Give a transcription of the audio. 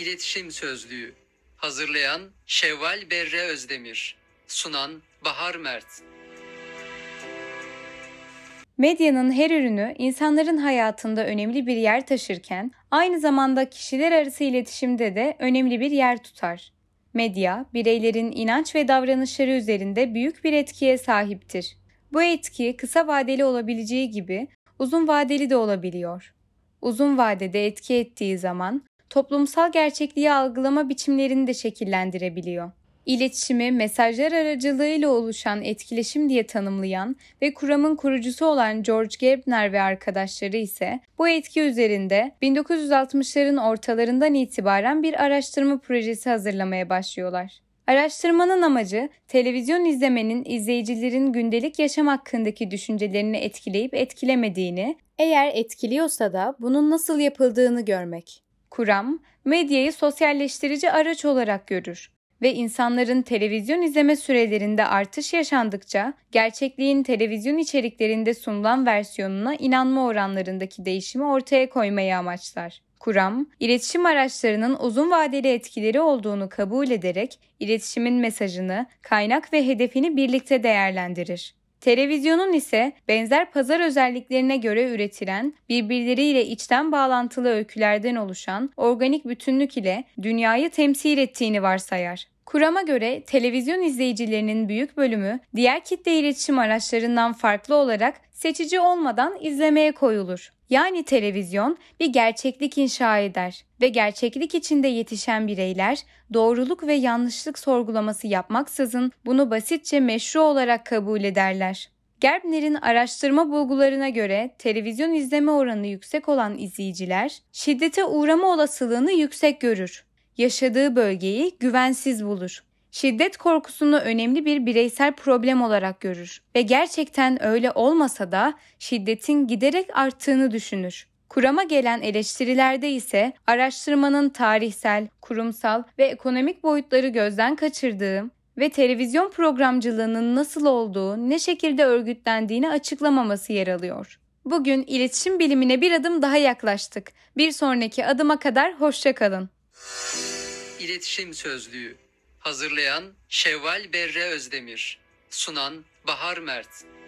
İletişim Sözlüğü. Hazırlayan Şevval Berre Özdemir. Sunan Bahar Mert. Medyanın her ürünü insanların hayatında önemli bir yer taşırken, aynı zamanda kişiler arası iletişimde de önemli bir yer tutar. Medya, bireylerin inanç ve davranışları üzerinde büyük bir etkiye sahiptir. Bu etki kısa vadeli olabileceği gibi uzun vadeli de olabiliyor. Uzun vadede etki ettiği zaman toplumsal gerçekliği algılama biçimlerini de şekillendirebiliyor. İletişimi mesajlar aracılığıyla oluşan etkileşim diye tanımlayan ve kuramın kurucusu olan George Gerbner ve arkadaşları ise bu etki üzerinde 1960'ların ortalarından itibaren bir araştırma projesi hazırlamaya başlıyorlar. Araştırmanın amacı, televizyon izlemenin izleyicilerin gündelik yaşam hakkındaki düşüncelerini etkileyip etkilemediğini, eğer etkiliyorsa da bunun nasıl yapıldığını görmek. Kuram, medyayı sosyalleştirici araç olarak görür ve insanların televizyon izleme sürelerinde artış yaşandıkça gerçekliğin televizyon içeriklerinde sunulan versiyonuna inanma oranlarındaki değişimi ortaya koymayı amaçlar. Kuram, iletişim araçlarının uzun vadeli etkileri olduğunu kabul ederek iletişimin mesajını, kaynak ve hedefini birlikte değerlendirir. Televizyonun ise benzer pazar özelliklerine göre üretilen, birbirleriyle içten bağlantılı öykülerden oluşan organik bütünlük ile dünyayı temsil ettiğini varsayar. Kurama göre televizyon izleyicilerinin büyük bölümü diğer kitle iletişim araçlarından farklı olarak seçici olmadan izlemeye koyulur. Yani televizyon bir gerçeklik inşa eder ve gerçeklik içinde yetişen bireyler doğruluk ve yanlışlık sorgulaması yapmaksızın bunu basitçe meşru olarak kabul ederler. Gerbner'in araştırma bulgularına göre televizyon izleme oranı yüksek olan izleyiciler şiddete uğrama olasılığını yüksek görür. Yaşadığı bölgeyi güvensiz bulur. Şiddet korkusunu önemli bir bireysel problem olarak görür ve gerçekten öyle olmasa da şiddetin giderek arttığını düşünür. Kurama gelen eleştirilerde ise araştırmanın tarihsel, kurumsal ve ekonomik boyutları gözden kaçırdığı ve televizyon programcılığının nasıl olduğu, ne şekilde örgütlendiğini açıklamaması yer alıyor. Bugün iletişim bilimine bir adım daha yaklaştık. Bir sonraki adıma kadar hoşça kalın. İletişim Sözlüğü. Hazırlayan Şevval Berre Özdemir. Sunan Bahar Mert.